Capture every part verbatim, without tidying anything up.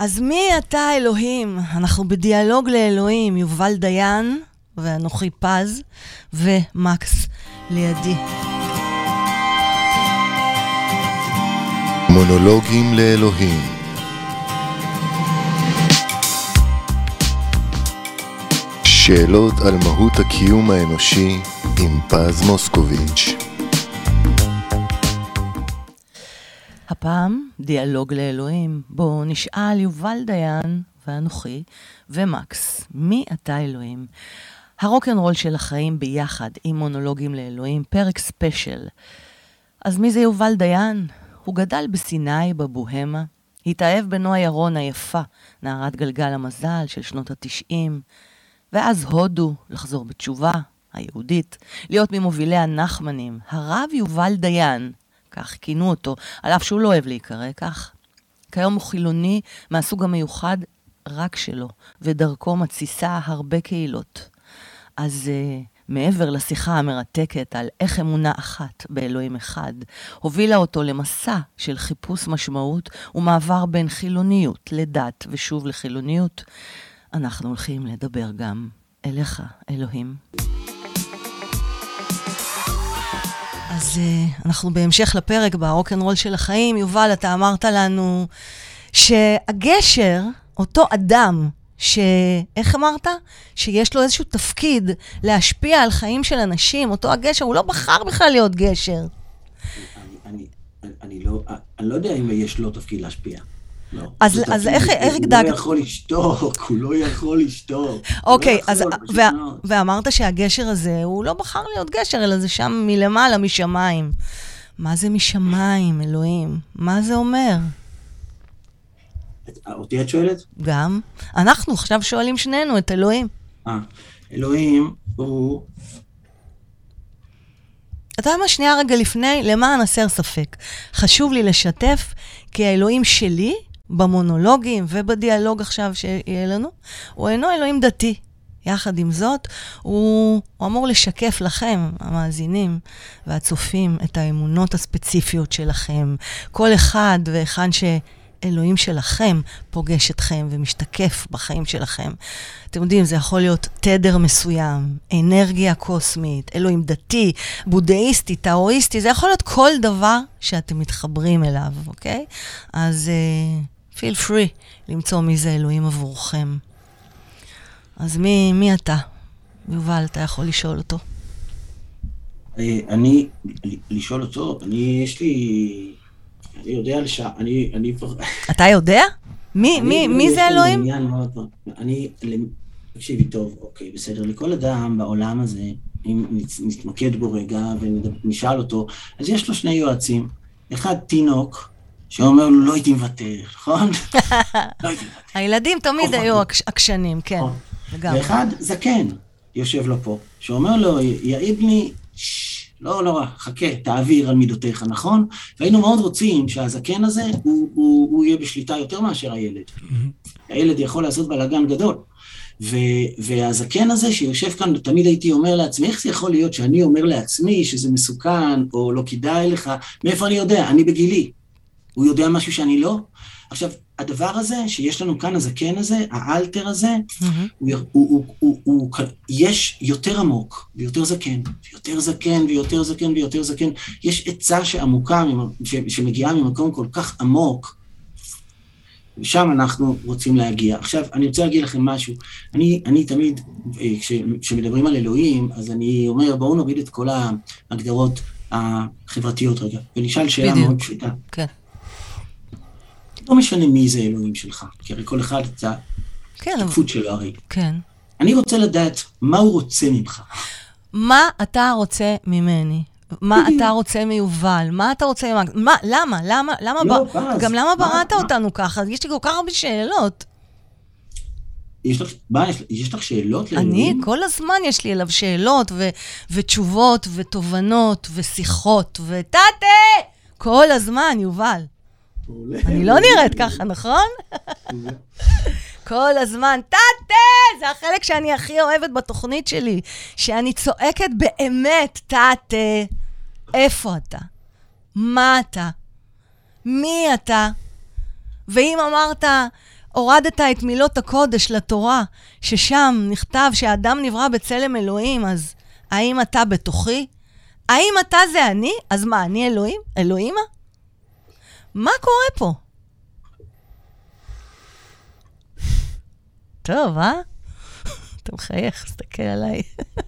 אז מי אתה אלוהים? אנחנו בדיאלוג לאלוהים, יובל דיין ואנוכי פז ומקס לידי. מונולוגים לאלוהים. שאלות על מהות הקיום האנושי עם פז מוסקוביץ'. הפעם דיאלוג לאלוהים, בו נשאל יובל דיין ואנוכי ומקס, מי אתה אלוהים? הרוק'נ'רול של החיים ביחד עם מונולוגים לאלוהים, פרק ספיישל. אז מי זה יובל דיין? הוא גדל בסיני בבוהמה, התאהב בנועה ירון היפה, נערת גלגל המזל של שנות התשעים, ואז הודו, לחזור בתשובה, היהודית, להיות ממובילי הנחמנים, הרב יובל דיין, כך כינו אותו, על אף שהוא לא אוהב להיקרא כך. כיום הוא חילוני מהסוג המיוחד רק שלו, ודרכו מציסה הרבה קהילות. אז uh, מעבר לשיחה המרתקת על איך אמונה אחת באלוהים אחד, הובילה אותו למסע של חיפוש משמעות ומעבר בין חילוניות לדת ושוב לחילוניות. אנחנו הולכים לדבר גם אליך, אלוהים. אז uh, אנחנו בהמשך לפרק ברוק'נ'רול של החיים. יובל, אתה אמרת לנו שהגשר, אותו אדם, שאיך אמרת? שיש לו איזשהו תפקיד להשפיע על חיים של אנשים, אותו הגשר, הוא לא בחר בכלל להיות גשר. אני, אני, אני, לא, אני לא יודע אם יש לו תפקיד להשפיע. לא. אז, אז איך, איך הגדגת? הוא לא יכול לשתוק, הוא לא יכול לשתוק. אוקיי, אז, וה, ואמרת שהגשר הזה, הוא לא בחר להיות גשר, אלא זה שם מלמעלה, משמיים. מה זה משמיים, אלוהים? מה זה אומר? אותי את שואלת? גם. אנחנו עכשיו שואלים שנינו את אלוהים. אה, אלוהים הוא... אתה יודע מה, שנייה רגע לפני, למען הסר ספק. חשוב לי לשתף, כי האלוהים שלי, במונולוגים ובדיאלוג עכשיו שיהיה לנו, הוא אינו אלוהים דתי. יחד עם זאת, הוא, הוא אמור לשקף לכם, המאזינים והצופים, את האמונות הספציפיות שלכם. כל אחד ואחד שאלוהים שלכם פוגש אתכם ומשתקף בחיים שלכם. אתם יודעים, זה יכול להיות תדר מסוים, אנרגיה קוסמית, אלוהים דתי, בודהיסטי, טאואיסטי, זה יכול להיות כל דבר שאתם מתחברים אליו, אוקיי? אז uh, feel free למצוא מי זה אלוהים עבורכם. אז מי, מי אתה? יובל, אתה יכול לשאול אותו. אני, לשאול אותו, אני, יש לי, אני יודע לשע, אני, אני... אתה יודע? מי, מי, מי זה אלוהים? אני, תקשיבי טוב, אוקיי, בסדר, לכל אדם בעולם הזה, אם נתמקד בו רגע ונשאל אותו, אז יש לו שני יועצים, אחד תינוק, שאומר לו, לא הייתי מוותר, נכון? לא הייתי מוותר. הילדים תמיד היו עקשנים, כן. ואחד זקן יושב לו פה, שאומר לו, יאיבני, לא, לא, חכה, תעביר על מידותיך, נכון? והיינו מאוד רוצים שהזקן הזה, הוא, הוא, הוא יהיה בשליטה יותר מאשר הילד. הילד יכול לעשות בלגן גדול. ו, והזקן הזה שיושב כאן, תמיד הייתי אומר לעצמי, איך זה יכול להיות שאני אומר לעצמי שזה מסוכן, או לא כדאי לך, מאיפה אני יודע? אני בגילי. הוא יודע משהו שאני לא? עכשיו, הדבר הזה שיש לנו כאן, הזקן הזה, האלטר הזה, mm-hmm. הוא, הוא, הוא, הוא, הוא, הוא, יש יותר עמוק, ויותר זקן, ויותר זקן, ויותר זקן, ויותר זקן. יש עצה שעמוקה, ש, שמגיעה ממקום כל כך עמוק, ושם אנחנו רוצים להגיע. עכשיו, אני רוצה להגיד לכם משהו. אני, אני תמיד, כש, כשמדברים על אלוהים, אז אני אומר, בואו נוריד את כל ההגדרות החברתיות רגע, ונשאל שאלה מאוד פשוטה. כן. לא משנה מי זה אלוהים שלך, כי הרי כל אחד זה השתקפות שלו הרי. כן. אני רוצה לדעת מה הוא רוצה ממך. מה אתה רוצה ממני? מה אתה רוצה מיובל? מה אתה רוצה ממך? מה? למה? למה? למה? גם למה בראת אותנו ככה? יש לי כל כך הרבה שאלות. יש לך שאלות לאלוהים? אני, כל הזמן יש לי אליו שאלות ותשובות ותובנות ושיחות ותתה! כל הזמן, יובל. אני לא נראית ככה, נכון? כל הזמן, תתה! זה החלק שאני הכי אוהבת בתוכנית שלי, שאני צועקת באמת, תתה. איפה אתה? מה אתה? מי אתה? ואם אמרת, הורדת את מילות הקודש לתורה, ששם נכתב שהאדם נברא בצלם אלוהים, אז האם אתה בתוכי? האם אתה זה אני? אז מה, אני אלוהים? אלוהימה? מה קורה פה? טוב, אה? אתה מחייך, תסתכל עליי.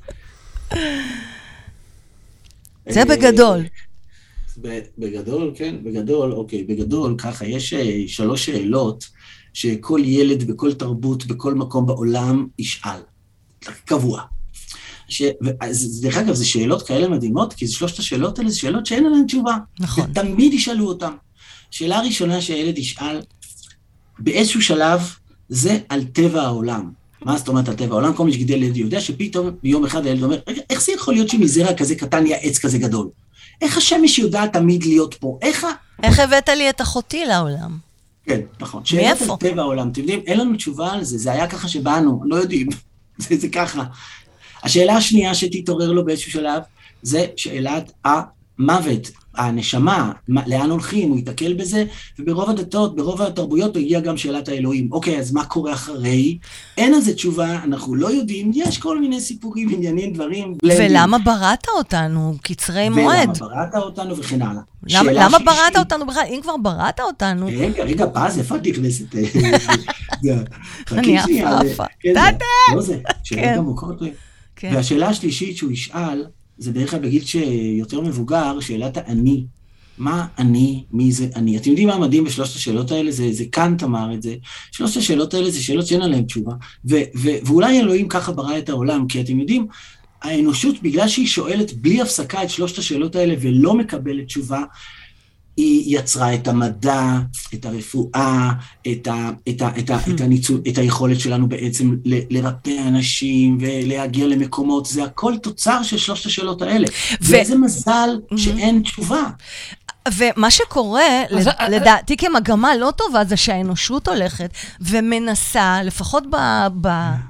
זה בגדול. בגדול, כן, בגדול, אוקיי, בגדול, ככה, יש שלוש שאלות שכל ילד בכל תרבות, בכל מקום בעולם ישאל, קבוע. ש... אז דרך אגב, זה שאלות כאלה מדהימות, כי זה שלושת השאלות האלה, זה שאלות שאין עליהן תשובה. נכון. ותמיד ישאלו אותן. שאלה הראשונה שהילד ישאל, באיזשהו שלב, זה על טבע העולם. מה זאת אומרת על טבע העולם? כל מי שגידל ילד יודע שפתאום ביום אחד הילד אומר, רגע, איך זה יכול להיות שמזרע כזה קטן יהיה עץ כזה גדול? איך השמש יודעת תמיד להיות פה? איך ה... איך הבאת לי את אחותי לעולם? כן, נכון. שאלות על טבע העולם. אתם יודעים, אין לנו תשובה על זה, זה היה ככה שבאנו, לא יודעים. זה, זה ככה. השאלה השנייה שתתעורר לו באיזשהו שלב, זה שאלת המוות, הנשמה, לאן הולכים, הוא יתקל בזה, וברוב הדתות, ברוב התרבויות, הגיע גם שאלת האלוהים. אוקיי, אז מה קורה אחרי? אין על זה תשובה, אנחנו לא יודעים, יש כל מיני סיפורים, עניינים, דברים. ולמה בראת אותנו? קצרי מועד. ולמה בראת אותנו וכן הלאה. למה, למה בראת אותנו בכלל? אם כבר בראת אותנו... רגע, רגע, פז, איפה את נכנסת? אני אפה אפה. דאדה! לא זה, שאלה גם מוכרות. והשאלה השלישית שהוא ישאל, זה דרך כלל בגיל שיותר מבוגר, שאלת האני. מה אני, מי זה אני? אתם יודעים מה מדהים בשלושת השאלות האלה? זה, זה קאנט אמר את זה. שלושת השאלות האלה זה שאלות שאין עליהן תשובה. ו, ו, ואולי אלוהים ככה ברא את העולם, כי אתם יודעים, האנושות, בגלל שהיא שואלת בלי הפסקה את שלושת השאלות האלה ולא מקבלת תשובה, היא יצרה את המדע, את הרפואה, את, ה, את, ה, את, ה, את, הניצול, את היכולת שלנו בעצם ל, לרפא אנשים ולהגיע למקומות, זה הכל תוצר של שלושת השאלות האלה. ו... ואיזה מזל שאין תשובה. ומה שקורה, לדעתי כמגמה לא טובה, זה שהאנושות הולכת ומנסה, לפחות ב... ב...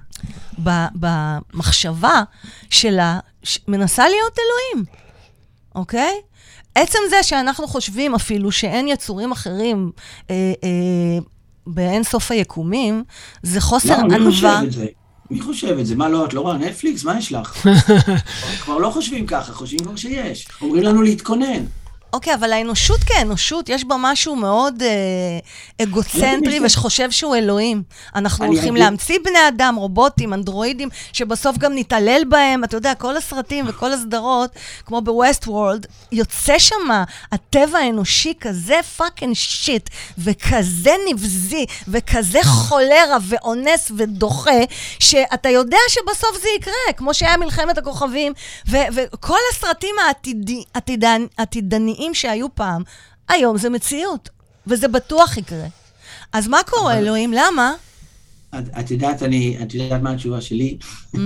במחשבה שלה, מנסה להיות אלוהים, אוקיי? עצם זה שאנחנו חושבים אפילו שאין יצורים אחרים אה, אה, באין סוף היקומים, זה חוסר ענווה. לא, מי חושב את זה? מי חושב את זה? מה לא, את לא רואה נטפליקס? מה יש לך? כבר לא חושבים ככה, חושבים כבר שיש. אומרים לנו להתכונן. אוקיי, אבל האנושות כאנושות, יש בה משהו מאוד אה, אגוצנטרי, ושחושב שהוא אלוהים. אנחנו הולכים להמציא בני אדם, רובוטים, אנדרואידים, שבסוף גם נתעלל בהם. אתה יודע, כל הסרטים וכל הסדרות, כמו בווסט וורלד, יוצא שמה הטבע האנושי כזה פאקינג שיט, וכזה נבזי, וכזה חולרה ואונס ודוחה, שאתה יודע שבסוף זה יקרה, כמו שהיה מלחמת הכוכבים, ו- וכל הסרטים העתידי, עתידן, עתידניים, שהיו פעם, היום זה מציאות, וזה בטוח יקרה. אז מה קורה, אלוהים? למה? את יודעת, אני, את יודעת מה התשובה שלי?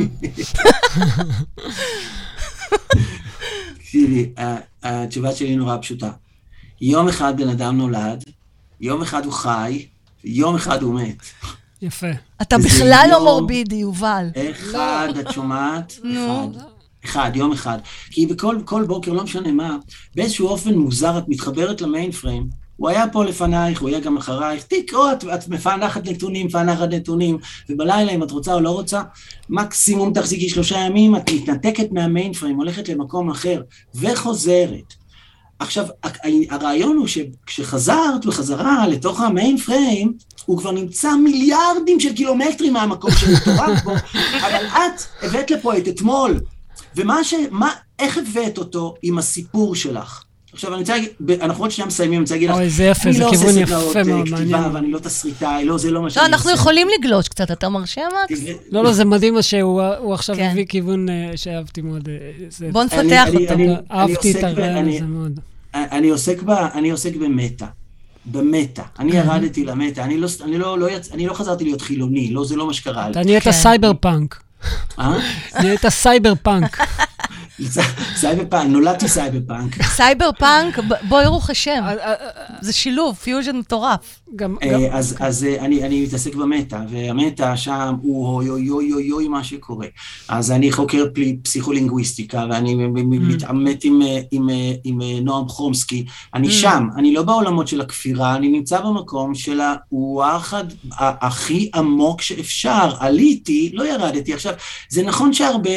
תקשיבי, התשובה שלי נורא פשוטה. יום אחד בן אדם נולד, יום אחד הוא חי, יום אחד הוא מת. יפה. אתה בכלל לא מורבידי, יובל. אחד, את שומעת? אחד. אחד, יום אחד. כי בכל כל בוקר, לא משנה מה, באיזשהו אופן מוזר, את מתחברת למיין פריים, הוא היה פה לפנייך, הוא היה גם אחרייך, תקראו, את, את מפענחת נתונים, מפענחת נתונים, ובלילה, אם את רוצה או לא רוצה, מקסימום תחזיקי שלושה ימים, את מתנתקת מהמיין פריים, הולכת למקום אחר, וחוזרת. עכשיו, הרעיון הוא שכשחזרת וחזרה לתוך המיין פריים, הוא כבר נמצא מיליארדים של קילומטרים מהמקום של התורם פה, אבל את הבאת לפה את אתמול, ומה ש... מה... איך הבאת אותו עם הסיפור שלך? עכשיו, אני רוצה להגיד, אנחנו עוד שנייה מסיימים, אני רוצה להגיד לך, אוי, זה יפה, זה כיוון יפה מאוד, מעניין. ואני לא תסריטאי, לא, זה לא מה שאני עושה. לא, אנחנו יכולים לגלוש קצת, אתה מרשה, מקס? לא, לא, זה מדהים מה שהוא עכשיו הביא כיוון שאהבתי מאוד. בוא נפתח אותו. אהבתי את הרעיון הזה מאוד. אני עוסק במטה. במטה. אני ירדתי למטה. אני לא חזרתי להיות חילוני, לא, זה לא מה שקרה. אתה נהיית סייבר פאנק. אה? נהיית סייבר פאנק. סייבר פאנק, נולדתי סייבר פאנק. סייבר פאנק, בואי רוח השם. זה שילוב, פיוז'ן מטורף. אז אני מתעסק במטה, והמטה שם הוא אוי אוי אוי אוי אוי מה שקורה. אז אני חוקר פסיכולינגוויסטיקה, ואני מתעמת עם נועם חומסקי. אני שם, אני לא בעולמות של הכפירה, אני נמצא במקום של הוואחד הכי עמוק שאפשר. עליתי, לא ירדתי. עכשיו, זה נכון שהרבה,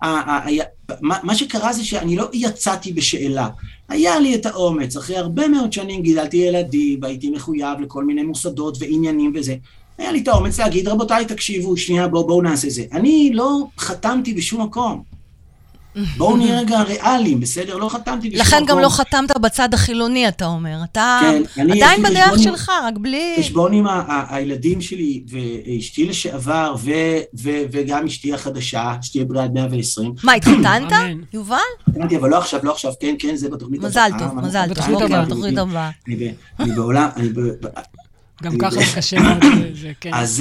מה שקרה זה שאני לא יצאתי בשאלה. היה לי את האומץ, אחרי הרבה מאוד שנים גידלתי ילדים, והייתי מחויב לכל מיני מוסדות ועניינים וזה. היה לי את האומץ להגיד, רבותיי, תקשיבו, שנייה, בואו בוא נעשה זה. אני לא חתמתי בשום מקום. בואו נהיה רגע ריאליים, בסדר? לא חתמתי בשום לכן מקום. גם לא חתמת בצד החילוני, אתה אומר. אתה כן, עדיין בדרך שלך, רק בלי... חשבון עם הילדים שלי, ואשתי לשעבר, וגם אשתי החדשה, אשתי בריאת מאה ועשרים. מה, התחתנת, יובל? התחתנתי, אבל לא עכשיו, לא עכשיו, כן, כן, זה בתוכנית הבאה. מזל טוב, מזל טוב, אוקיי, בתוכנית הבאה. אני בעולם, אני... גם ככה קשה מאוד, זה כן. אז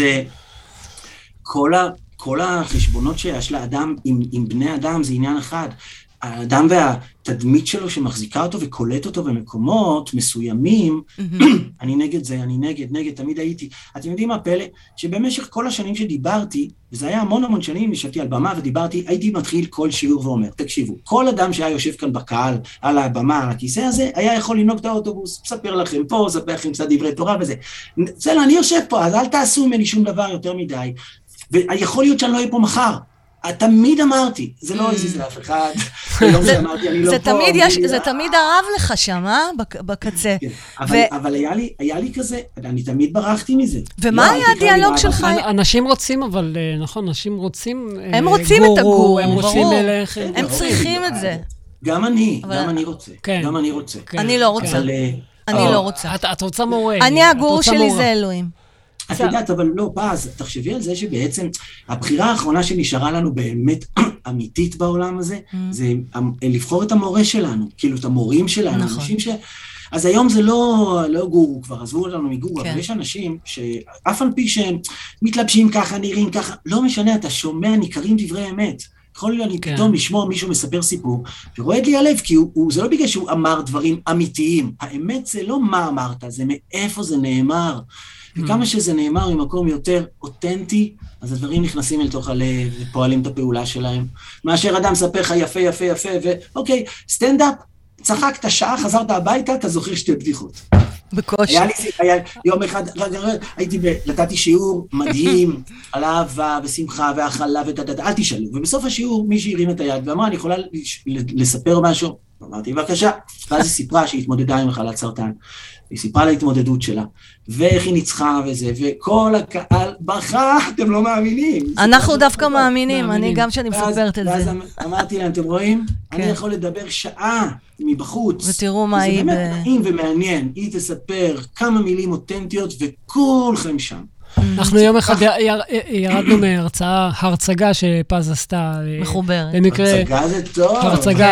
כל ה... כל החשבונות שיש לאדם עם, עם בני אדם זה עניין אחד. האדם והתדמית שלו שמחזיקה אותו וקולט אותו במקומות מסוימים, אני נגד זה, אני נגד, נגד, תמיד הייתי. אתם יודעים מה פלא? שבמשך כל השנים שדיברתי, וזה היה המון המון שנים, ישבתי על במה ודיברתי, הייתי מתחיל כל שיעור ואומר, תקשיבו, כל אדם שהיה יושב כאן בקהל, על הבמה, על הכיסא הזה, היה יכול לנהוג את האוטובוס, מספר לכם פה, מספר לכם קצת דברי תורה וזה. בסדר, אני יושב פה, אז אל תעשו ממני שום דבר יותר מדי. ויכול להיות שאני לא אהיה פה מחר. תמיד אמרתי, זה לא הזיז לאף אחד, לא שאמרתי, אני לא פה. זה תמיד הרב לך שם, אה? בקצה. אבל היה לי כזה, אני תמיד ברחתי מזה. ומה היה הדיאלוג שלך? אנשים רוצים, אבל נכון, אנשים רוצים... הם רוצים את הגור, הם רוצים מלך. הם צריכים את זה. גם אני, גם אני רוצה. גם אני רוצה. אני לא רוצה. אני לא רוצה. את רוצה מורה. אני הגור שלי זה אלוהים. את יודעת, אבל לא, פז, תחשבי על זה שבעצם הבחירה האחרונה שנשארה לנו באמת אמיתית בעולם הזה, זה לבחור את המורה שלנו, כאילו את המורים שלנו, אנשים ש... אז היום זה לא, לא גורו, כבר עזבו אותנו מגורו, אבל יש אנשים שאף על פי שהם מתלבשים ככה, נראים ככה, לא משנה, אתה שומע, ניכרים דברי אמת. יכול להיות לי פתאום לשמוע מישהו מספר סיפור, ורועד לי הלב, כי הוא, זה לא בגלל שהוא אמר דברים אמיתיים. האמת זה לא מה אמרת, זה מאיפה זה נאמר. וכמה שזה נאמר ממקום יותר אותנטי, אז הדברים נכנסים אל תוך הלב, ופועלים את הפעולה שלהם. מאשר אדם ספר לך יפה, יפה, יפה, ואוקיי, סטנדאפ, צחקת שעה, חזרת הביתה, אתה זוכר שתי בדיחות. בקושי. היה לי, היה, יום אחד, הייתי, נתתי שיעור מדהים, על אהבה ושמחה והאכלה ודדד, אל תשאלו. ובסוף השיעור מישהי הרים את היד, ואמרה, אני יכולה לספר משהו? אמרתי, בבקשה. ואז היא סיפרה שהיא התמודדה עם מחלת סרטן. היא סיפרה על ההתמודדות שלה, ואיך היא ניצחה וזה, וכל הקהל בכה, אתם לא מאמינים. אנחנו דווקא מאמינים, אני גם שאני מספרת את זה. ואז אמרתי להם, אתם רואים? אני יכול לדבר שעה מבחוץ. ותראו מה היא... זה באמת נעים ומעניין. היא תספר כמה מילים אותנטיות, וכולכם שם. אנחנו יום אחד ירדנו מהרצאה, הרצגה שפז עשתה. מחוברת. הרצגה זה טוב. הרצגה.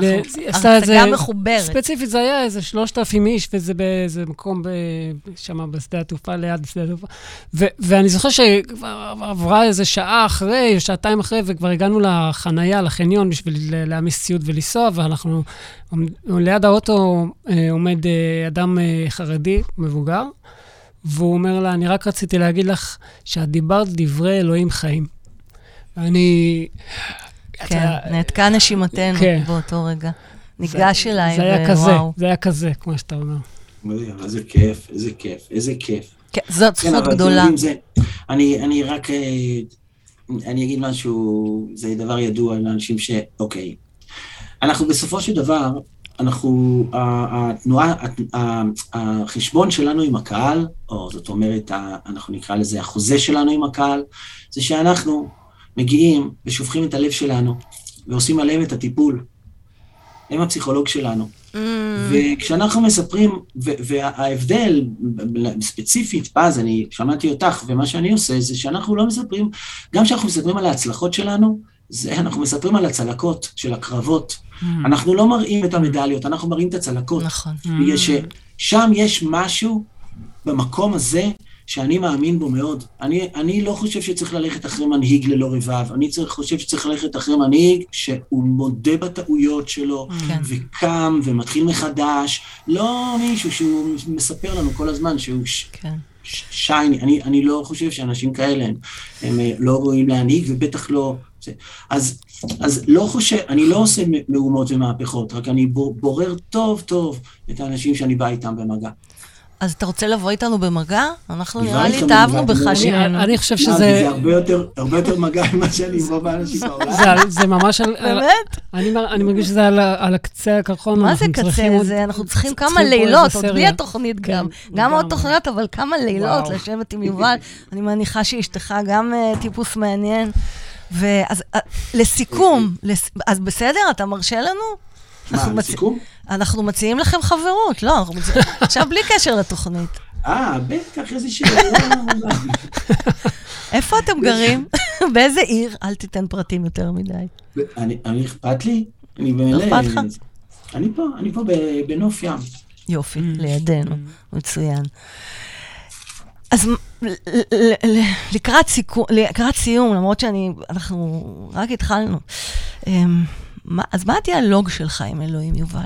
הרצגה מחוברת. ספציפית זה היה איזה שלושת אלפים איש, וזה באיזה מקום שם בשדה התעופה, ליד בשדה התעופה. ואני זוכר שעברה איזה שעה אחרי, שעתיים אחרי, וכבר הגענו לחנייה, לחניון, בשביל להעמיס ציוד ולנסוע, ואנחנו, ליד האוטו עומד אדם חרדי, מבוגר, והוא אומר לה, אני רק רציתי להגיד לך שאת דיברת דברי אלוהים חיים. ואני... כן, נעתקה נשימתנו באותו רגע. ניגש אליי, זה היה כזה, זה היה כזה, כמו שאתה אומר. איזה כיף, איזה כיף, איזה כיף. זאת זכות גדולה. אני רק, אני אגיד משהו, זה דבר ידוע לאנשים ש... אוקיי. אנחנו בסופו של דבר, אנחנו, התנועה, החשבון שלנו עם הקהל, או זאת אומרת, אנחנו נקרא לזה החוזה שלנו עם הקהל, זה שאנחנו מגיעים ושופכים את הלב שלנו, ועושים עליהם את הטיפול. הם הפסיכולוג שלנו. Mm. וכשאנחנו מספרים, וההבדל ספציפית, פז, אני שמעתי אותך, ומה שאני עושה, זה שאנחנו לא מספרים, גם כשאנחנו מספרים על ההצלחות שלנו, זה אנחנו מספרים על הצלקות של הקרבות. Mm. אנחנו לא מראים את המדליות, אנחנו מראים את הצלקות. נכון. בגלל ששם יש משהו במקום הזה שאני מאמין בו מאוד. אני, אני לא חושב שצריך ללכת אחרי מנהיג ללא רבב, אני צריך, חושב שצריך ללכת אחרי מנהיג שהוא מודה בטעויות שלו, כן. וקם ומתחיל מחדש, לא מישהו שהוא מספר לנו כל הזמן שהוא כן. ש, שייני, אני, אני לא חושב שאנשים כאלה הם, הם לא רואים להנהיג, ובטח לא... אז, אז לא חושב, אני לא עושה מהומות ומהפכות, רק אני בורר טוב טוב את האנשים שאני בא איתם במגע. אז אתה רוצה לבוא איתנו במגע? אנחנו נראה לי תאהבנו בך שלנו. אני חושב שזה... זה הרבה יותר מגע ממה שאני בוא באנשים בעולם. זה ממש... באמת? אני מרגיש שזה על הקצה הקרחון. מה זה קצה? אנחנו צריכים כמה לילות, עוד בלי התוכנית גם. גם עוד תוכניות, אבל כמה לילות לשבת עם יובל. אני מניחה שאשתך גם טיפוס מעניין. ואז לסיכום, אז בסדר, אתה מרשה לנו? מה, לסיכום? אנחנו מציעים לכם חברות, לא, אנחנו מציעים, עכשיו בלי קשר לתוכנית. אה, בטח, איזה שאלה. איפה אתם גרים? באיזה עיר? אל תיתן פרטים יותר מדי. אני אכפת לי? אני באמת... אכפת לך? אני פה, אני פה בנוף ים. יופי, לידינו, מצוין. אז לקראת סיום, למרות שאנחנו רק התחלנו, אז מה הדיאלוג שלך עם אלוהים, יובל?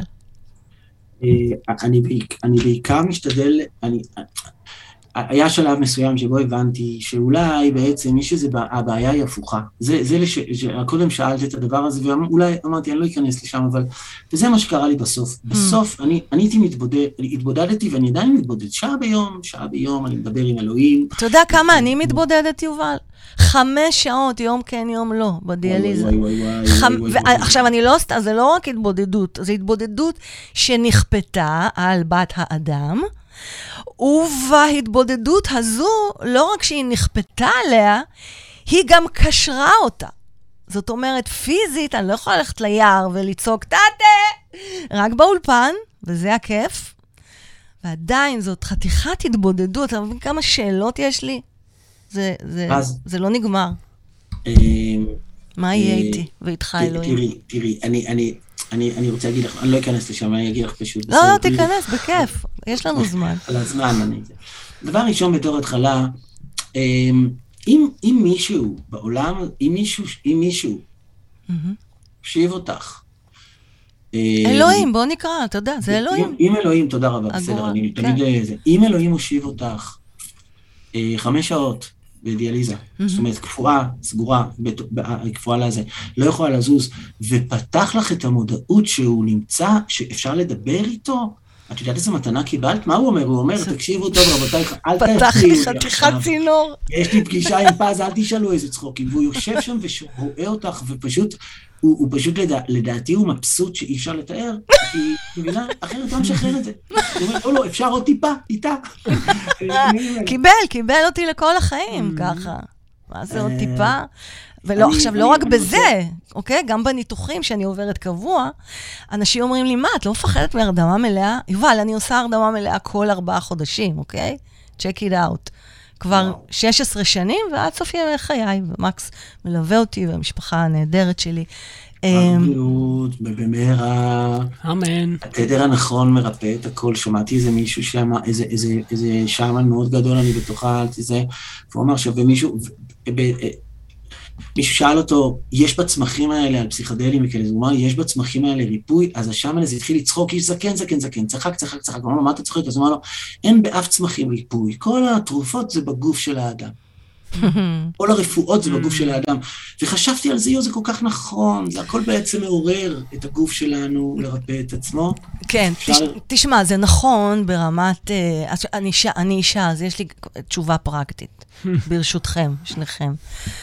אני בעיקר משתדל, היה שלב מסוים שבו הבנתי שאולי בעצם מי שזה, הבעיה היא הפוכה. זה, קודם שאלת את הדבר הזה, ואולי אמרתי, אני לא אכנס לשם, אבל, וזה מה שקרה לי בסוף. בסוף, אני הייתי מתבודד, התבודדתי, ואני עדיין מתבודד. שעה ביום, שעה ביום, אני מדבר עם אלוהים. אתה יודע כמה אני מתבודדת, יובל? חמש שעות, יום כן, יום לא, בדיאליזה. עכשיו, אני לא עושה, זה לא רק התבודדות, זה התבודדות שנכפתה על בת האדם, ובהתבודדות הזו, לא רק שהיא נכפתה עליה, היא גם קשרה אותה. זאת אומרת, פיזית, אני לא יכולה ללכת ליער וליצוק, תתה! רק באולפן, וזה הכיף. ועדיין זאת חתיכת התבודדות, אתה מבין כמה שאלות יש לי? זה, זה, זה לא נגמר. מה יהיה איתי ואיתך אלוהים? תראי, תראי, אני, אני, אני, אני רוצה להגיד לך, אני לא אכנס לשם, אני אגיד לך פשוט. לא, לא, תיכנס, בכיף, יש לנו זמן. על הזמן, אני... דבר ראשון בתור התחלה, אם, אם מישהו בעולם, אם מישהו, אם מישהו, שיב אותך. אלוהים, בוא נקרא, אתה יודע, זה אלוהים. אם אלוהים, תודה רבה, בסדר, אני תמיד לזה. אם אלוהים הושיב אותך, חמש שעות, בדיאליזה, זאת אומרת, קפואה, סגורה, קפואה לזה, לא יכולה לזוז, ופתח לך את המודעות שהוא נמצא, שאפשר לדבר איתו, את יודעת איזה מתנה קיבלת? מה הוא אומר? הוא אומר, תקשיבו טוב, רבותיי, אל תפריעו פתח לי חתיכת צינור. יש לי פגישה עם פז, אל תשאלו איזה צחוקים, והוא יושב שם ורואה אותך, ופשוט, הוא פשוט לדעתי הוא מבסוט שאי אפשר לתאר, כי מבינה, אחרת לא משחרר את זה. הוא אומר, לא, לא, אפשר עוד טיפה, איתה. קיבל, קיבל אותי לכל החיים, ככה. מה זה עוד טיפה? ולא, עכשיו, לא רק בזה, אוקיי? גם בניתוחים שאני עוברת קבוע, אנשים אומרים לי, מה, את לא מפחדת מהרדמה מלאה? יובל, אני עושה הרדמה מלאה כל ארבעה חודשים, אוקיי? check it out. כבר שש עשרה שנים, ועד סוף ימי חיי, ומקס מלווה אותי, והמשפחה הנהדרת שלי. בריאות, במהרה. אמן. התדר הנכון מרפא את הכל. שמעתי איזה מישהו שם, איזה שרמן מאוד גדול, אני בטוחה, והוא אמר שמישהו, מישהו שאל אותו, יש בצמחים האלה על פסיכדלים וכאלה, הוא אמר, יש בצמחים האלה ריפוי, אז השמן הזה התחיל לצחוק, איש זקן, זקן, זקן, צחק, צחק, צחק, הוא אמר לו, מה אתה צוחק? אז הוא אמר לו, אין באף צמחים ריפוי, כל התרופות זה בגוף של האדם. כל הרפואות זה בגוף של האדם. וחשבתי על זה, יו, זה כל כך נכון, זה הכל בעצם מעורר את הגוף שלנו לרפא את עצמו. כן, תשמע, זה נכון ברמת, אני אישה, אז יש לי תשובה פרקטית, ברשותכם, שניכם.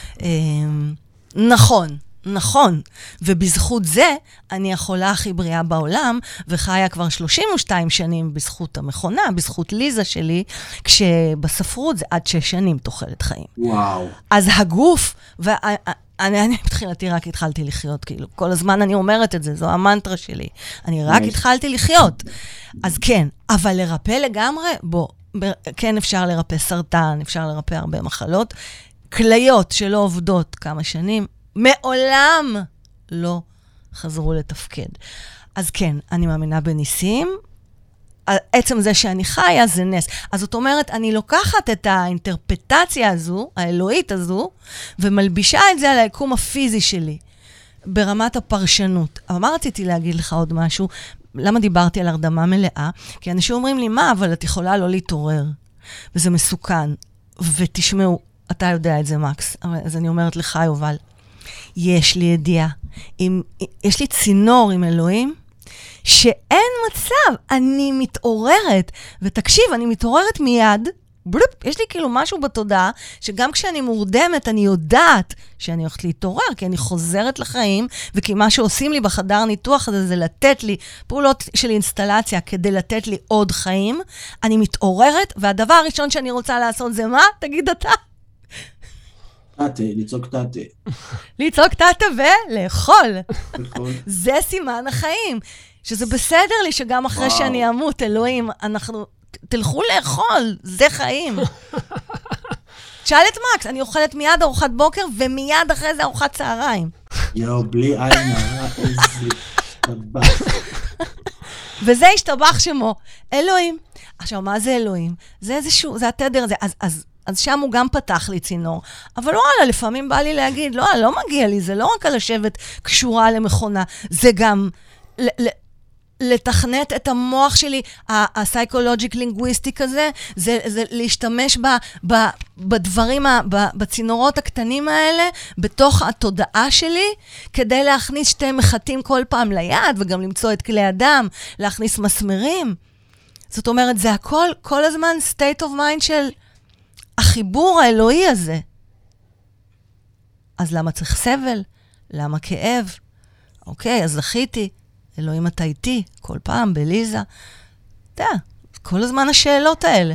נכון, נכון, ובזכות זה אני החולה הכי בריאה בעולם, וחיה כבר שלושים ושתיים שנים בזכות המכונה, בזכות ליזה שלי, כשבספרות זה עד שש שנים תוחלת חיים. וואו. אז הגוף, ואני אני בתחילתי רק התחלתי לחיות, כאילו, כל הזמן אני אומרת את זה, זו המנטרה שלי. אני רק התחלתי לחיות. אז כן, אבל לרפא לגמרי, בוא, כן אפשר לרפא סרטן, אפשר לרפא הרבה מחלות, כליות שלא עובדות כמה שנים, מעולם לא חזרו לתפקד. אז כן, אני מאמינה בניסים, עצם זה שאני חיה זה נס. אז זאת אומרת, אני לוקחת את האינטרפטציה הזו, האלוהית הזו, ומלבישה את זה על היקום הפיזי שלי, ברמת הפרשנות. אבל מה רציתי להגיד לך עוד משהו? למה דיברתי על הרדמה מלאה? כי אנשים אומרים לי, מה, אבל את יכולה לא להתעורר. וזה מסוכן. ותשמעו, אתה יודע את זה, מקס. אז אני אומרת לך, יובל, יש לי ידיעה. עם, יש לי צינור עם אלוהים, שאין מצב, אני מתעוררת. ותקשיב, אני מתעוררת מיד, בלופ, יש לי כאילו משהו בתודעה, שגם כשאני מורדמת, אני יודעת שאני הולכת להתעורר, כי אני חוזרת לחיים, וכי מה שעושים לי בחדר ניתוח הזה, זה לתת לי פעולות של אינסטלציה, כדי לתת לי עוד חיים. אני מתעוררת, והדבר הראשון שאני רוצה לעשות זה מה? תגיד אתה. תתה, לצעוק תתה. לצעוק תתה ולאכול. זה סימן החיים. שזה בסדר לי שגם אחרי שאני אמות, אלוהים, אנחנו... תלכו לאכול, זה חיים. שאל את מקס, אני אוכלת מיד ארוחת בוקר, ומיד אחרי זה ארוחת צהריים. יו, בלי עין הרע, איזה השתבח. וזה השתבח שמו, אלוהים. עכשיו, מה זה אלוהים? זה איזשהו, זה התדר הזה. אז, אז, אז שם הוא גם פתח לי צינור. אבל לא עלה, לפעמים בא לי להגיד, לא, לא מגיע לי, זה לא רק על לשבת קשורה למכונה, זה גם... ל- ל- לתכנת את המוח שלי, הסייקולוג'יק-לינגוויסטיק הזה, זה, זה להשתמש ב, ב, בדברים, ב, בצינורות הקטנים האלה, בתוך התודעה שלי, כדי להכניס שתי מחטים כל פעם ליד, וגם למצוא את כלי אדם, להכניס מסמרים. זאת אומרת, זה הכל, כל הזמן state of mind של החיבור האלוהי הזה. אז למה צריך סבל? למה כאב? אוקיי, אז זכיתי. אלוהים אתה איתי, כל פעם, בליזה. אתה יודע, כל הזמן השאלות האלה.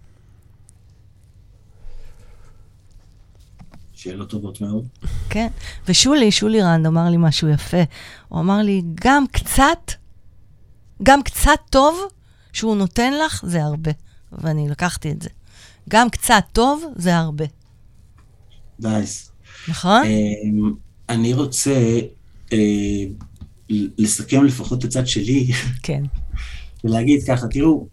שאלות טובות מאוד. כן, ושולי, שולי רנד אמר לי משהו יפה. הוא אמר לי, גם קצת, גם קצת טוב שהוא נותן לך, זה הרבה. ואני לקחתי את זה. גם קצת טוב, זה הרבה. דייס. נכון? אני רוצה... לסכם לפחות את הצד שלי, כן. ולהגיד ככה, תראו,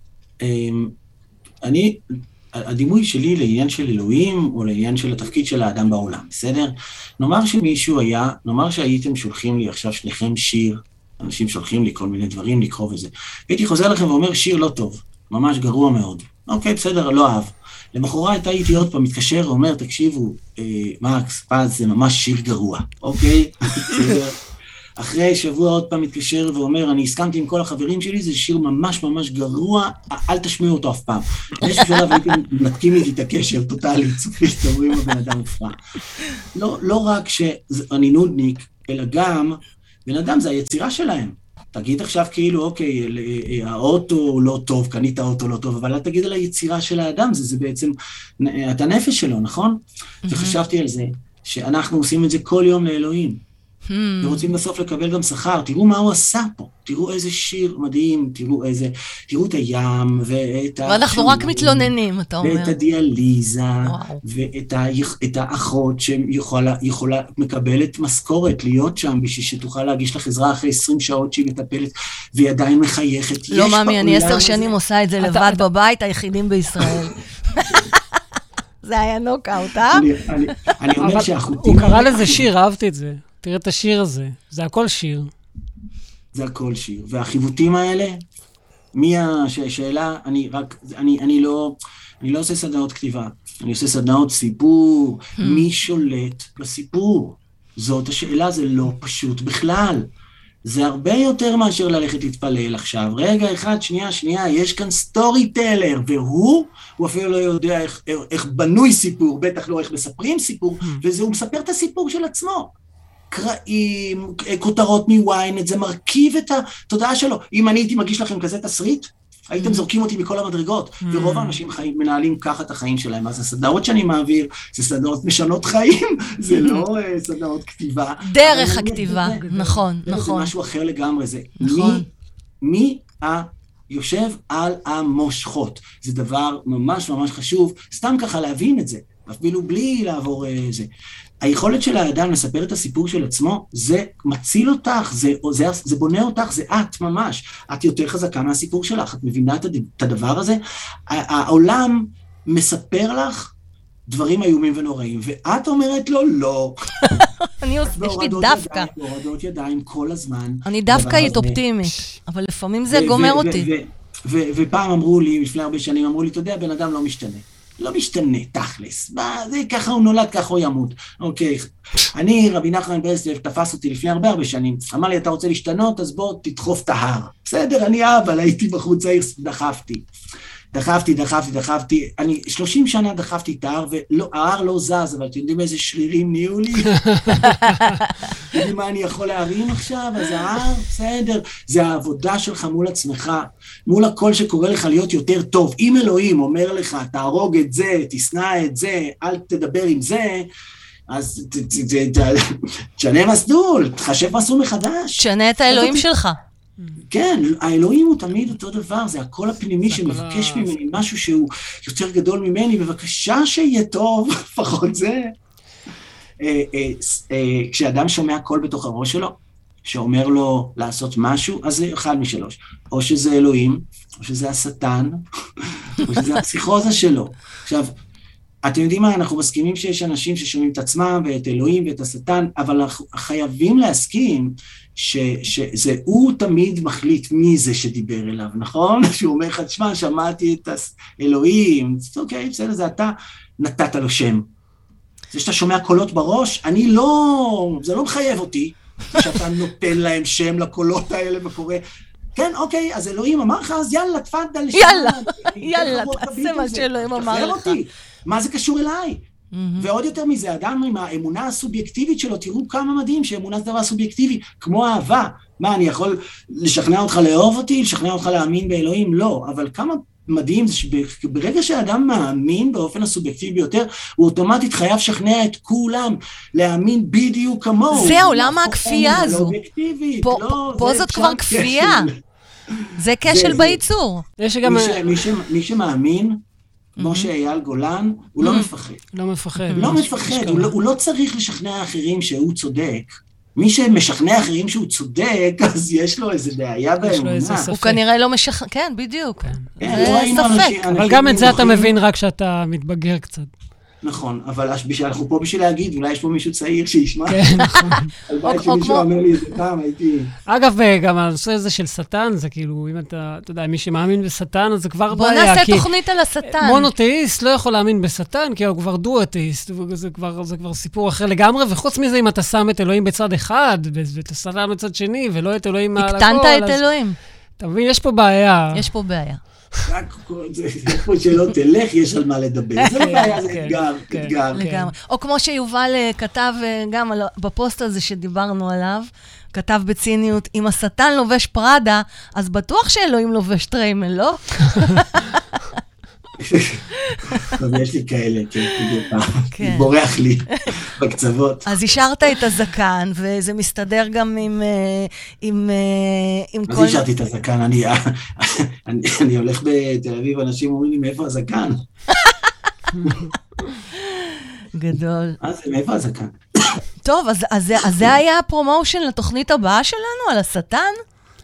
אני, הדימוי שלי לעניין של אלוהים, או לעניין של התפקיד של האדם בעולם, בסדר? נאמר שמישהו היה, נאמר שהייתם שולחים לי עכשיו שניכם שיר, אנשים שולחים לי כל מיני דברים לקרוא וזה, הייתי חוזר לכם ואומר, שיר לא טוב, ממש גרוע מאוד. אוקיי, בסדר, לא אהב. למחרת הייתי עוד פעם מתקשר ואומר, תקשיבו, מקס, פז, זה ממש שיר גרוע, אוקיי? בסדר? אחרי שבוע עוד פעם מתקשר ואומר, אני הסכמתי עם כל החברים שלי, זה שיר ממש ממש גרוע, אל תשמעו אותו אף פעם. באיזשהו שלב הייתם מנתקים לי את הקשר, טוטלית, סופי שתאמרים הבן אדם מופרע. לא, לא רק שאני נודניק, אלא גם, בן אדם זה היצירה שלהם. תגיד עכשיו כאילו, אוקיי, האוטו לא טוב, קנית האוטו לא טוב, אבל אל תגיד על היצירה של האדם, זה, זה בעצם, את הנפש שלו, נכון? וחשבתי על זה, שאנחנו עושים את זה כל יום לאלוהים. ורוצים בסוף לקבל גם שכר, תראו מה הוא עשה פה, תראו איזה שיר מדהים, תראו איזה, תראו את הים, ואת ה... ואנחנו רק מתלוננים, אתה אומר. ואת הדיאליזה, ואת האחות שיכולה, מקבלת משכורת, להיות שם, בשביל שתוכל להגיש לך עזרה אחרי עשרים שעות שהיא מטפלת, והיא עדיין מחייכת. לא מאמי, אני עשר שנים עושה את זה לבד בבית, היחידים בישראל. זה היה נוקאוט, אה? אני אומר שהחוטים... הוא קרא לזה שיר, אהבתי את זה. תראה את השיר הזה, זה הכל שיר. זה הכל שיר. והחיווטים האלה, מי השאלה, אני רק, אני, אני לא, אני לא עושה סדנאות כתיבה, אני עושה סדנאות סיפור, מי שולט בסיפור? זאת השאלה, זה לא פשוט בכלל. זה הרבה יותר מאשר ללכת להתפלל עכשיו. רגע אחד, שנייה, שנייה, יש כאן סטורי טלר, והוא, הוא אפילו לא יודע איך, איך בנוי סיפור, בטח לא איך מספרים סיפור, וזה, הוא מספר את הסיפור של עצמו. קראים, כותרות מוויינט, זה מרכיב את התודעה שלו. אם אני הייתי מגיש לכם כזה תסריט, הייתם זורקים אותי מכל המדרגות, ורוב האנשים חיים, מנהלים ככה את החיים שלהם. אז הסדנאות שאני מעביר, זה סדנאות משנות חיים, זה לא סדנאות כתיבה. דרך הכתיבה, נכון, נכון. זה משהו אחר לגמרי, זה מי היושב על המושכות. זה דבר ממש ממש חשוב, סתם ככה להבין את זה. אפילו בלי לעבור זה. היכולת של האדם לספר את הסיפור של עצמו, זה מציל אותך, זה, זה, זה בונה אותך, זה את ממש. את יותר חזקה מהסיפור שלך, את מבינה את הדבר הזה. העולם מספר לך דברים איומים ונוראים, ואת אומרת לו לא. אני יש לי דווקא. בהורדות ידיים כל הזמן. אני דווקא היית אופטימית, אבל לפעמים זה גומר אותי. ופעם אמרו לי, לפני הרבה שנים, אמרו לי, אתה יודע, בן אדם לא משתנה. לא משתנה, תכלס. זה ככה הוא נולד, ככה הוא ימות. אוקיי. אני, רבי נחמן ברסלב, תפס אותי לפני הרבה הרבה שנים. אמר לי, אתה רוצה להשתנות, אז בוא תדחוף את ההר. בסדר, אני אבל הייתי בחוץ צעיר, דחפתי. דחפתי, דחפתי, דחפתי. אני שלושים שנה דחפתי את ההר, וההר לא זז, אבל אתם יודעים איזה שרירים נהיו לי? אתם יודעים מה אני יכול להרים עכשיו? אז ההר, בסדר. זה העבודה שלך מול עצמך, מול הכל שקורא לך להיות יותר טוב. אם אלוהים אומר לך, תהרוג את זה, תשנא את זה, אל תדבר עם זה, אז תשנה מסלול, תחשב מסלול מחדש. תשנה את האלוהים שלך. כן, האלוהים הוא תמיד אותו דבר, זה הקול הפנימי שמבקש ממני משהו שהוא יותר גדול ממני, בבקשה שיהיה טוב, לפחות זה. כשאדם שומע קול בתוך הראש שלו, שאומר לו לעשות משהו, אז זה אחד משלוש. או שזה אלוהים, או שזה השטן, או שזה הפסיכוזה שלו. עכשיו, אתם יודעים מה, אנחנו מסכימים שיש אנשים ששומעים את עצמם ואת אלוהים ואת השטן, אבל אנחנו חייבים להסכים ש, שזה הוא תמיד מחליט מי זה שדיבר אליו, נכון? שהוא אומר לך, תשמע, שמעתי את האלוהים, אוקיי, בסדר, זה אתה נתת לו שם. זה שאתה שומע קולות בראש, אני לא, זה לא מחייב אותי, שאתה נותן להם שם לקולות האלה וקורא, כן, אוקיי, אז אלוהים אמר לך, אז יאללה, תפאדל לשם. יאללה, יאללה, תעשה מה שאלוהים אמר לך. מה זה קשור אליי? ועוד יותר מזה, אדם עם האמונה הסובייקטיבית שלו, תראו כמה מדהים שאמונה זה דבר סובייקטיבי, כמו אהבה. מה, אני יכול לשכנע אותך לאהוב אותי, לשכנע אותך להאמין באלוהים? לא, אבל כמה מדהים זה שברגע שהאדם מאמין באופן הסובייקטיבי ביותר, הוא אוטומטית חייב לשכנע את כולם, להאמין בדיוק כמוהו. זהו, למה הכפייה הזו? פה זאת כבר כפייה. זה כשל בייצור. מי שמאמין, כמו שאייל גולן, הוא לא מפחד. לא מפחד. לא מפחד, הוא לא צריך לשכנע אחרים שהוא צודק. מי שמשכנע אחרים שהוא צודק, אז יש לו איזה בעיה באמונה. הוא כנראה לא משכנע, כן, בדיוק. זה ספק. אבל גם את זה אתה מבין רק כשאתה מתבגר קצת. נכון, אבל אנחנו פה בשביל להגיד, אולי יש פה מישהו צעיר שישמע. כן, נכון. הלוואי שמישהו אומר לי איזה פעם, הייתי... אגב, גם הנושא הזה של שטן, זה כאילו, אם אתה, אתה יודע, מי שמאמין בשטן, אז זה כבר בעיה. בוא נעשה תוכנית על השטן. מונותאיסט לא יכול להאמין בשטן, כי הוא כבר דו-אתאיסט, זה כבר סיפור אחר לגמרי, וחוץ מזה, אם אתה שם את אלוהים בצד אחד, ואת השטן בצד שני, ולא את אלוהים מעל הכל, הקטנת את אלוהים. אתה מבין, יש פה בעיה. יש פה בעיה. רק פה שלא תלך, יש על מה לדבר. זה לא בעיה, זה אתגר, אתגר. לגמרי. או כמו שיובל כתב גם בפוסט הזה שדיברנו עליו, כתב בציניות, אם השטן לובש פרדה, אז בטוח שאלוהים לובש טריימל, לא? טוב, יש לי כאלה, כן, בורח לי בקצוות. אז השארת את הזקן, וזה מסתדר גם עם כל... אז השארתי את הזקן, אני הולך בתל אביב, אנשים אומרים לי, מאיפה הזקן? גדול. אז מאיפה הזקן? טוב, אז זה היה הפרומושן לתוכנית הבאה שלנו, על השטן?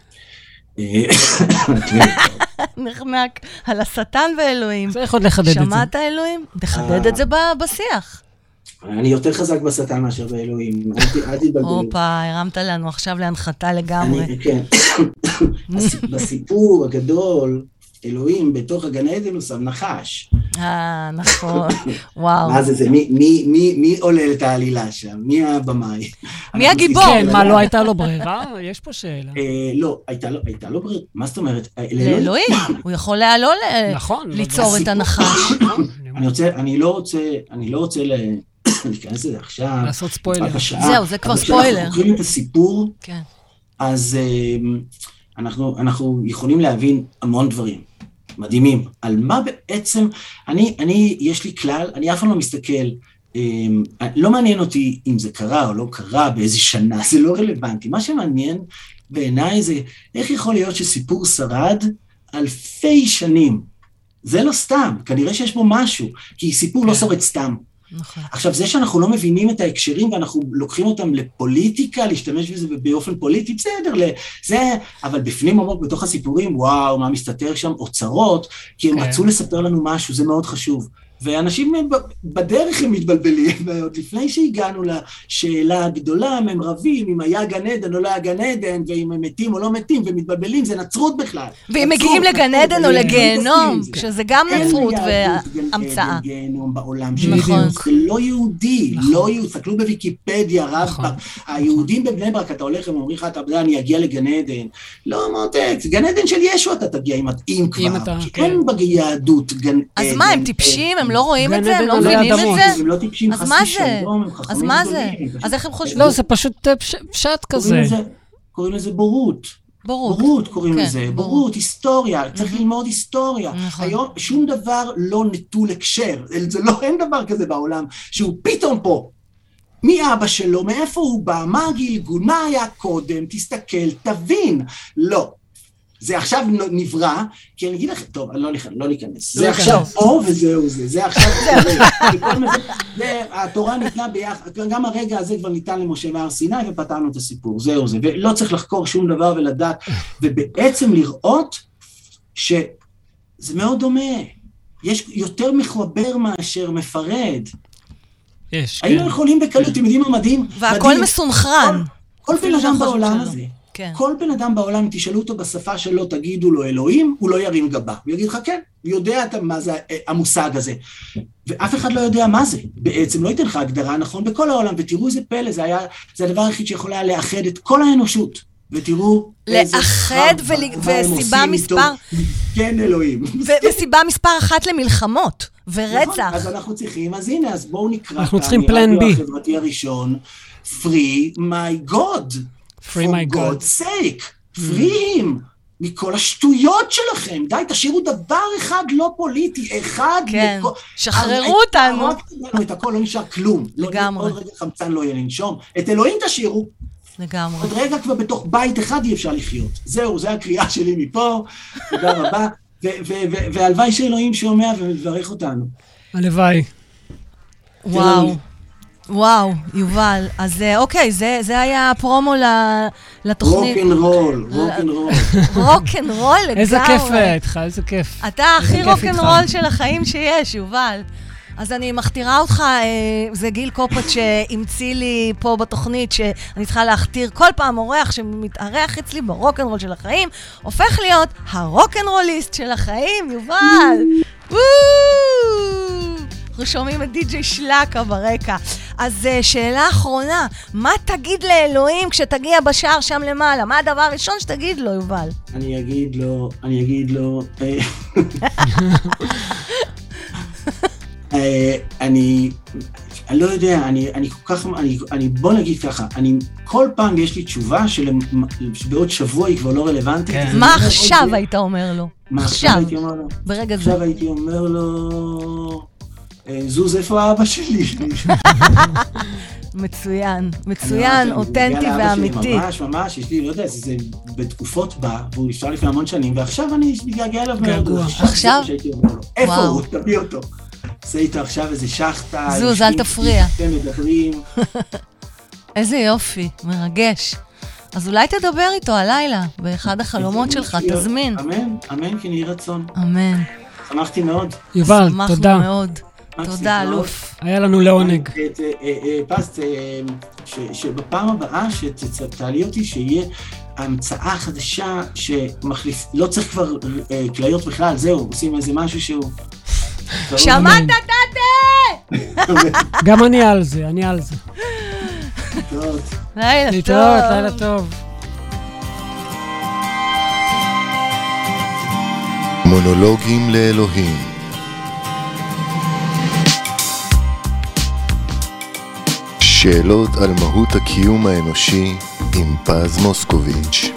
נחמק על השטן ואלוהים. צריך עוד לחדד את זה. שמעת אלוהים? תחדד את זה בשיח. אני יותר חזק בשטן מאשר באלוהים. אל תתבלבל. הופה, הרמת לנו עכשיו להנחתה לגמרי. כן. בסיפור הגדול, אלוהים בתוך הגן עדן הוא שם נחש. אה, נכון. וואו. מה זה זה? מי עולה את העלילה שם? מי הבמאי? מי הגיבור? כן, מה, לא הייתה לו ברירה? יש פה שאלה. לא, הייתה לו ברירה. מה זאת אומרת? לאלוהים. הוא יכול לעלול ליצור את הנחש. אני לא רוצה להיכנס לזה עכשיו. לעשות ספוילר. זהו, זה כבר ספוילר. כשאנחנו חוקרים את הסיפור, אז אנחנו יכולים להבין המון דברים. מדהימים. על מה בעצם, אני, אני, יש לי כלל, אני אף פעם לא מסתכל, לא מעניין אותי אם זה קרה או לא קרה, באיזה שנה, זה לא רלוונטי. מה שמעניין בעיניי זה, איך יכול להיות שסיפור שרד אלפי שנים? זה לא סתם, כנראה שיש בו משהו, כי סיפור לא שורד סתם. נכון. עכשיו, זה שאנחנו לא מבינים את ההקשרים, ואנחנו לוקחים אותם לפוליטיקה, להשתמש בזה באופן פוליטי, בסדר, זה, אבל בפנים עמוק בתוך הסיפורים, וואו, מה מסתתר שם, אוצרות, כי הם רצו לספר לנו משהו, זה מאוד חשוב. ואנשים בדרך הם מתבלבלים, ועוד לפני שהגענו לשאלה הגדולה, הם רבים, אם היה גן עדן או לא היה גן עדן, ואם הם מתים או לא מתים, ומתבלבלים, זה נצרות בכלל. ואם מגיעים לגן עדן או לגיהנום, שזה גם נצרות והמצאה. אין גיהנום בעולם שלנו, זה לא יהודי, לא יהודי, תסתכלו בוויקיפדיה, רב, היהודים בבני ברק, אתה הולך, הם אומרים לך, אתה יודע, אני אגיע לגן עדן. לא, מותק, גן עדן של ישו אתה תגיע, אם כבר, כי אין ביהדות גן עדן. אז מה, הם טיפשים? הם לא רואים את זה? הם לא מבינים את זה? הם לא טיפשים, אז מה זה? אז מה זה? אז איך הם חושבים? לא, זה פשוט פשט כזה. קוראים לזה בורות. בורות קוראים לזה, בורות, היסטוריה, צריך ללמוד היסטוריה. היום שום דבר לא נטול הקשר, זה לא, אין דבר כזה בעולם, שהוא פתאום פה. מי אבא שלו, מאיפה הוא בא, מה הגלגול, מה היה קודם, תסתכל, תבין. לא. זה עכשיו נברא, כי אני אגיד לך, טוב, לא ניכנס, זה עכשיו פה וזהו זה, זה עכשיו, התורה ניתנה ביחד, גם הרגע הזה כבר ניתן למשה בהר סיני ופתרנו את הסיפור, זהו זה, ולא צריך לחקור שום דבר ולדעת, ובעצם לראות שזה מאוד דומה, יש יותר מחבר מאשר מפרד. יש, היינו יכולים בקלות, אתם יודעים מה מדהים? והכל מסונכרן. כל בן אדם בעולם הזה. כן. כל בן אדם בעולם, תשאלו אותו בשפה שלו, תגידו לו אלוהים, הוא לא ירים גבה. הוא יגיד לך, כן, הוא יודע מה זה המושג הזה. ואף אחד לא יודע מה זה. בעצם לא ייתן לך הגדרה, נכון, בכל העולם, ותראו איזה פלא, זה היה, זה הדבר היחיד שיכול היה לאחד את כל האנושות. ותראו לאחד וסיבה מספר... כן, אלוהים. וסיבה מספר אחת למלחמות ורצח. נכון, אז אנחנו צריכים, אז הנה, אז בואו נקרא. אנחנו צריכים פלן בי. החברתי הראשון, Free my God. Free my God. For God's sake. Free him. מכל השטויות שלכם. די, תשאירו דבר אחד לא פוליטי. אחד. כן. שחררו אותנו. את הכל לא נשאר כלום. לגמרי. עוד רגע חמצן לא יהיה לנשום. את אלוהים תשאירו. לגמרי. עוד רגע כבר בתוך בית אחד אי אפשר לחיות. זהו, זה הקריאה שלי מפה. תודה רבה. והלוואי שאלוהים שומע ומברך אותנו. הלוואי. וואו. וואו, יובל. אז אוקיי, זה, זה היה פרומו לתוכנית. רוק'נ'רול, רוק'נ'רול. רוק'נ'רול לגמרי. איזה כיף איתך, איזה כיף. אתה הכי רוק'נ'רול של החיים שיש, יובל. אז אני מכתירה אותך, זה גיל קופות שהמציא לי פה בתוכנית, שאני צריכה להכתיר כל פעם אורח שמתארח אצלי ברוק'נ'רול של החיים, הופך להיות הרוק'נ'רוליסט של החיים, יובל. וואו! אנחנו שומעים את די-ג'יי שלקה ברקע. אז שאלה אחרונה, מה תגיד לאלוהים כשתגיע בשער שם למעלה? מה הדבר הראשון שתגיד לו, יובל? אני אגיד לו, אני אגיד לו... אני, אני לא יודע, אני, אני כל כך, אני, אני, בוא נגיד ככה, אני, כל פעם יש לי תשובה שבעוד שבוע היא כבר לא רלוונטית. מה עכשיו היית אומר לו? מה עכשיו הייתי אומר לו? ברגע זה. עכשיו הייתי אומר לו, זוז, איפה האבא שלי? מצוין, מצוין, אותנטי ואמיתי. ממש, ממש, יש לי, לא יודע, זה בתקופות בה, והוא נפטר לפני המון שנים, ועכשיו אני מתגעגע אליו מאוד. עכשיו? איפה הוא? תביא אותו. עושה איתו עכשיו איזה שחטה. זוז, אל תפריע. אתם מדברים. איזה יופי, מרגש. אז אולי תדבר איתו הלילה, באחד החלומות שלך, תזמין. אמן, אמן, כי נהי רצון. אמן. שמחתי מאוד. יובל, תודה. שמחנו מאוד. תודה, אלוף. היה לנו לעונג. פסט, שבפעם הבאה שתעלי אותי, שיהיה המצאה חדשה שמחליף, לא צריך כבר כליות בכלל, זהו, עושים איזה משהו שהוא... שמעת תתה! גם אני על זה, אני על זה. טוב. לילה טוב. להתראות, לילה טוב. מונולוגים לאלוהים. שאלות על מהות הקיום האנושי עם פז מוסקוביץ'.